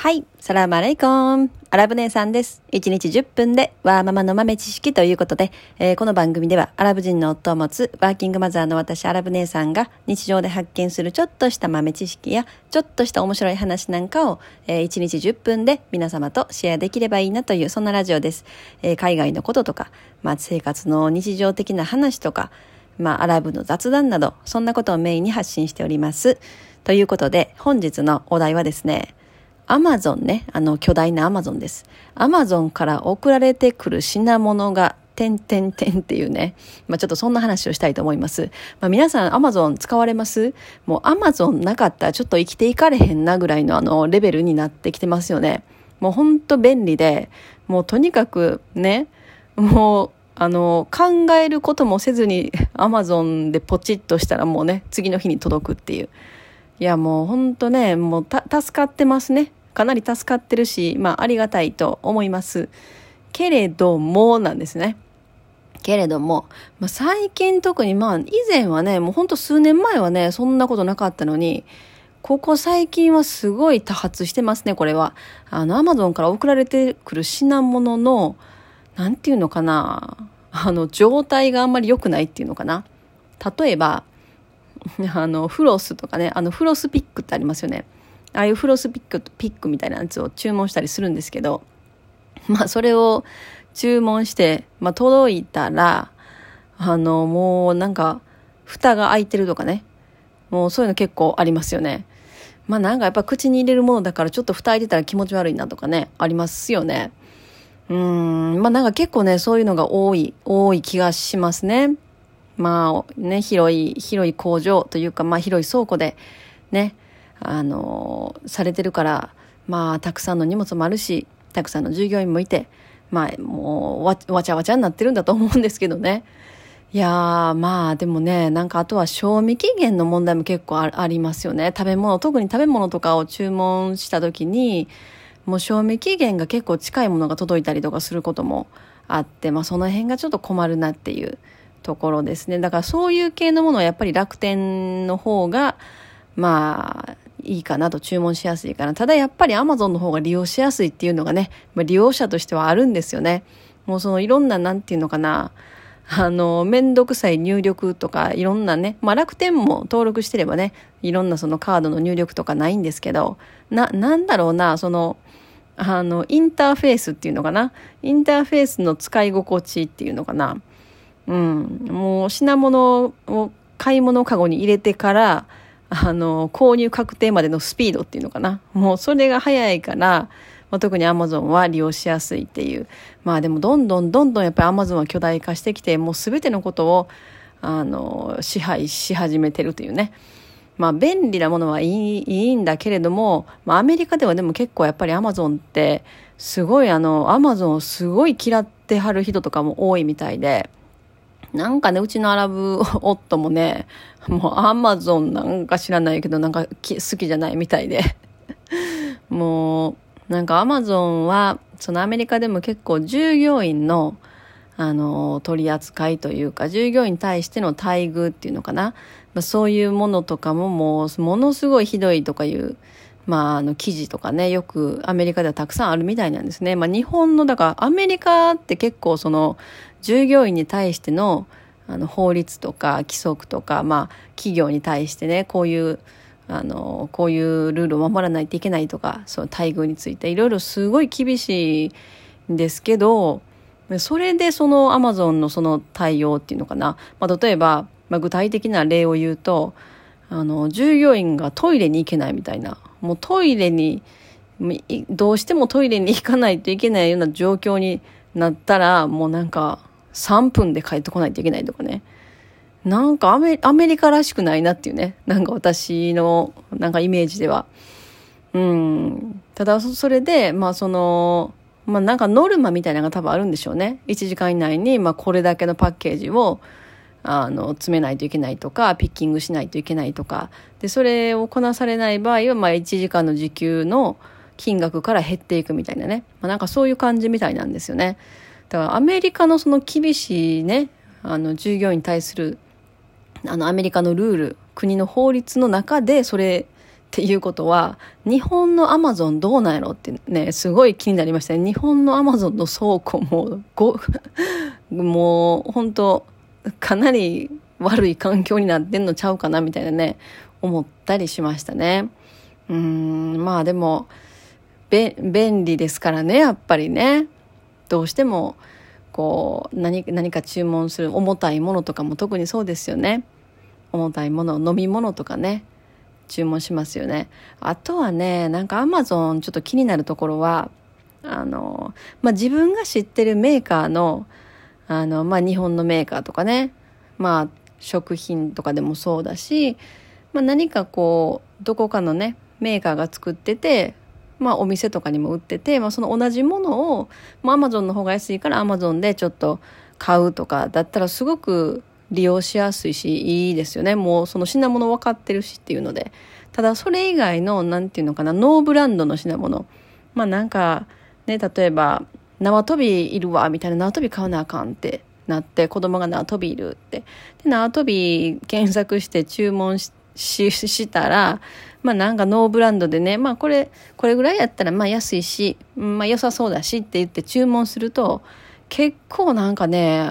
はい、サラムアレイコン。アラブ姉さんです。1日10分でワーママの豆知識ということで、この番組ではアラブ人の夫を持つワーキングマザーの私アラブ姉さんが日常で発見するちょっとした豆知識やちょっとした面白い話なんかを、1日10分で皆様とシェアできればいいなというそんなラジオです。海外のこととか、生活の日常的な話とか、アラブの雑談などそんなことをメインに発信しております。ということで本日のお題はですね、アマゾンね、巨大なアマゾンです。アマゾンから送られてくる品物が、っていうね。ちょっとそんな話をしたいと思います。皆さんアマゾン使われます？もうアマゾンなかったらちょっと生きていかれへんなぐらいのレベルになってきてますよね。もうほんと便利で、もうとにかくね、もう考えることもせずにアマゾンでポチッとしたらもうね、次の日に届くっていう。いやもうほんとね、もう助かってますね。かなり助かってるし、ありがたいと思います。けれどもなんですね。けれども、最近特に以前はね、もうほんと数年前はね、そんなことなかったのに、ここ最近はすごい多発してますね、これは。アマゾンから送られてくる品物の、なんていうのかな、状態があんまり良くないっていうのかな。例えば、フロスとかね、フロスピックってありますよね。ああいうフロスピックみたいなやつを注文したりするんですけど、それを注文して、届いたら、もうなんか、蓋が開いてるとかね。もうそういうの結構ありますよね。なんかやっぱ口に入れるものだからちょっと蓋開いてたら気持ち悪いなとかね、ありますよね。なんか結構ね、そういうのが多い気がしますね。広い工場というか、広い倉庫でね、されてるから、たくさんの荷物もあるし、たくさんの従業員もいて、もうわちゃわちゃになってるんだと思うんですけどね。いやー、でもね、なんかあとは賞味期限の問題も結構ありますよね。特に食べ物とかを注文した時に、もう賞味期限が結構近いものが届いたりとかすることもあって、その辺がちょっと困るなっていうところですね。だからそういう系のものはやっぱり楽天の方が、いいかなと、注文しやすいかな。ただやっぱり Amazon の方が利用しやすいっていうのがね、利用者としてはあるんですよね。もうそのいろんな、なんていうのかな、めんどくさい入力とか、いろんなね、楽天も登録してればね、いろんなそのカードの入力とかないんですけど、なんだろうな、その、インターフェースっていうのかな。インターフェースの使い心地っていうのかな。もう品物を買い物カゴに入れてから、購入確定までのスピードっていうのかな。もうそれが早いから、特に Amazon は利用しやすいっていう。でもどんどんやっぱり Amazon は巨大化してきて、もうすべてのことを、支配し始めてるというね。便利なものはいいんだけれども、アメリカではでも結構やっぱり Amazon って、すごいAmazon をすごい嫌ってはる人とかも多いみたいで、なんかね、うちのアラブ夫もね、もうアマゾンなんか知らないけど、なんか好きじゃないみたいで。もう、なんかアマゾンは、そのアメリカでも結構従業員の、取り扱いというか、従業員に対しての待遇っていうのかな。そういうものとかももう、ものすごいひどいとかいう、記事とかね、よくアメリカではたくさんあるみたいなんですね。日本の、だからアメリカって結構その、従業員に対しての法律とか規則とか、企業に対してね、こういうルールを守らないといけないとか、その待遇についていろいろすごい厳しいんですけど、それでその Amazon のその対応っていうのかな。例えば、具体的な例を言うと、従業員がトイレに行けないみたいな、もうトイレに、どうしてもトイレに行かないといけないような状況になったら、もうなんか、3分で帰ってこないといけないとかね。なんかアメリカらしくないなっていうね。なんか私のなんかイメージでは。ただそれで、なんかノルマみたいなのが多分あるんでしょうね。1時間以内に、これだけのパッケージを、詰めないといけないとか、ピッキングしないといけないとか。で、それをこなされない場合は、1時間の時給の金額から減っていくみたいなね。なんかそういう感じみたいなんですよね。だからアメリカのその厳しいね、従業員に対する、アメリカのルール、国の法律の中でそれっていうことは、日本のアマゾンどうなんやろってね、すごい気になりましたね。日本のアマゾンの倉庫も、もう本当かなり悪い環境になってんのちゃうかなみたいなね、思ったりしましたね。まあでも、便利ですからね、やっぱりね。どうしても、こう、何か注文する重たいものとかも特にそうですよね。重たいもの、飲み物とかね、注文しますよね。あとはね、なんかアマゾンちょっと気になるところは、自分が知ってるメーカーの、日本のメーカーとかね、食品とかでもそうだし、何かこう、どこかのね、メーカーが作ってて、お店とかにも売ってて、その同じものを、アマゾンの方が安いからアマゾンでちょっと買うとかだったらすごく利用しやすいし、いいですよね。もうその品物分かってるしっていうので。ただそれ以外の、なんていうのかな、ノーブランドの品物。なんか、ね、例えば、縄跳びいるわ、みたいな、縄跳び買わなあかんってなって、子供が縄跳びいるって。で、縄跳び検索して注文したら、なんかノーブランドでね、これぐらいやったら安いし、良さそうだしって言って注文すると、結構なんかね、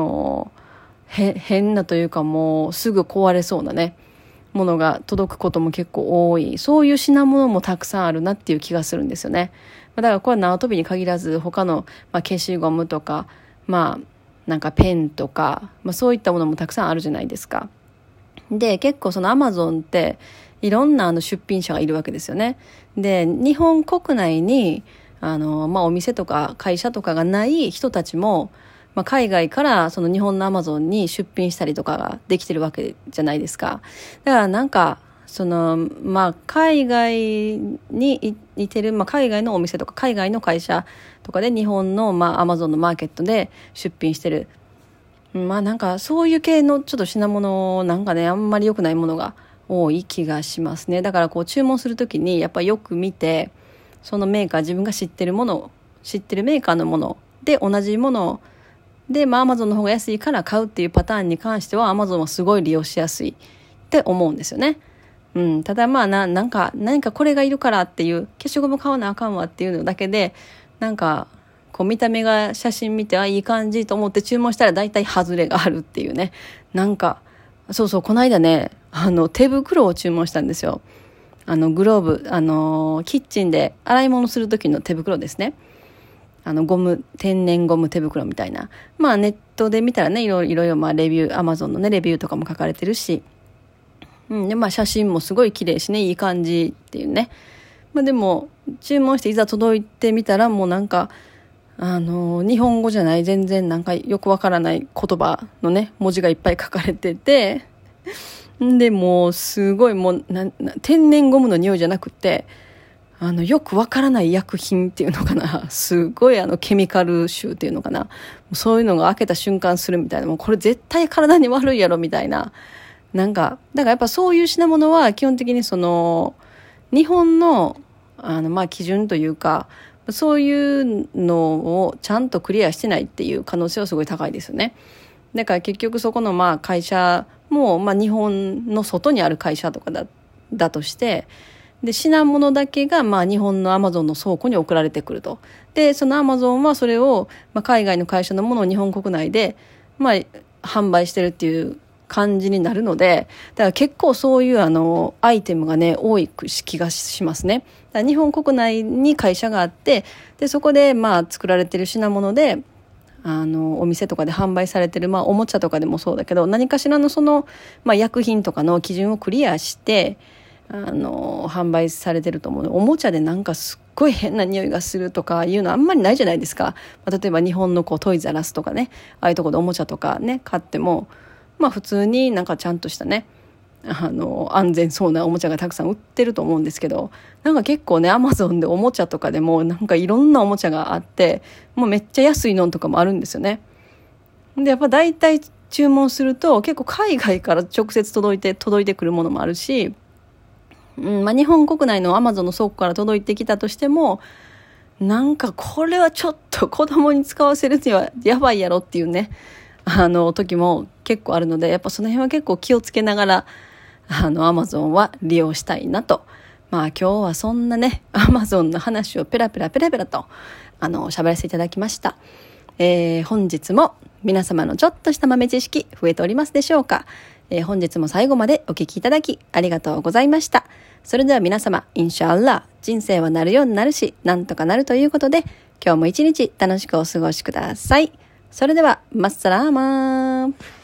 変なというかもうすぐ壊れそうなね、ものが届くことも結構多い。そういう品物もたくさんあるなっていう気がするんですよね。だからこれは縄跳びに限らず、他の、消しゴムとか、なんかペンとか、そういったものもたくさんあるじゃないですか。で、結構そのアマゾンっていろんな出品者がいるわけですよね。で、日本国内にお店とか会社とかがない人たちも、海外からその日本のアマゾンに出品したりとかができてるわけじゃないですか。だからなんかその海外にいてる、海外のお店とか海外の会社とかで日本のアマゾンのマーケットで出品してる。なんかそういう系のちょっと品物なんかね、あんまり良くないものが多い気がしますね。だからこう注文するときにやっぱりよく見て、そのメーカー、自分が知ってるメーカーのもので同じもので、アマゾンの方が安いから買うっていうパターンに関してはアマゾンはすごい利用しやすいって思うんですよね。ただ何かこれがいるからっていう、消しゴム買わなあかんわっていうのだけで、なんかこう見た目が写真見て、いい感じと思って注文したら大体外れがあるっていうね。なんか、そうそう、この間ね、手袋を注文したんですよ。グローブ、キッチンで洗い物する時の手袋ですね。天然ゴム手袋みたいな。ネットで見たらね、いろいろレビュー、アマゾンのね、レビューとかも書かれてるし、で、写真もすごい綺麗しね、いい感じっていうね。でも、注文していざ届いてみたら、もうなんか、日本語じゃない、全然なんかよくわからない言葉のね、文字がいっぱい書かれてて、で、もうすごいもう天然ゴムの匂いじゃなくて、よくわからない薬品っていうのかな。すごいケミカル臭っていうのかな。そういうのが開けた瞬間するみたいな。もうこれ絶対体に悪いやろみたいな。なんか、だからやっぱそういう品物は基本的にその、日本の、基準というか、そういうのをちゃんとクリアしてないっていう可能性はすごい高いですよね。だから結局そこの会社も、日本の外にある会社とかだとして、で、品物だけが、日本のアマゾンの倉庫に送られてくると。で、そのアマゾンはそれを、海外の会社のものを日本国内で、販売してるっていう感じになるので、だから結構そういうアイテムがね、多い気がしますね。だから日本国内に会社があって、で、そこで、作られてる品物で、お店とかで販売されてる、おもちゃとかでもそうだけど、何かしらのその、薬品とかの基準をクリアして、販売されてると思う。おもちゃでなんかすっごい変な匂いがするとかいうのあんまりないじゃないですか。例えば日本のトイザらスとかね、ああいうところでおもちゃとかね、買っても、普通になんかちゃんとしたね、安全そうなおもちゃがたくさん売ってると思うんですけど、なんか結構ね、アマゾンでおもちゃとかでもなんかいろんなおもちゃがあって、もうめっちゃ安いのとかもあるんですよね。で、やっぱ大体注文すると結構海外から直接届いてくるものもあるし、日本国内のアマゾンの倉庫から届いてきたとしても、なんかこれはちょっと子供に使わせるにはやばいやろっていうね、時も結構あるので、やっぱその辺は結構気をつけながら、アマゾンは利用したいなとまあ今日はそんなね、Amazon の話をペラペラと喋らせていただきました。本日も皆様のちょっとした豆知識増えておりますでしょうか。本日も最後までお聞きいただきありがとうございました。それでは皆様、インシャアッラー、人生はなるようになるし、なんとかなるということで、今日も一日楽しくお過ごしください。それでは、マッサラーマー。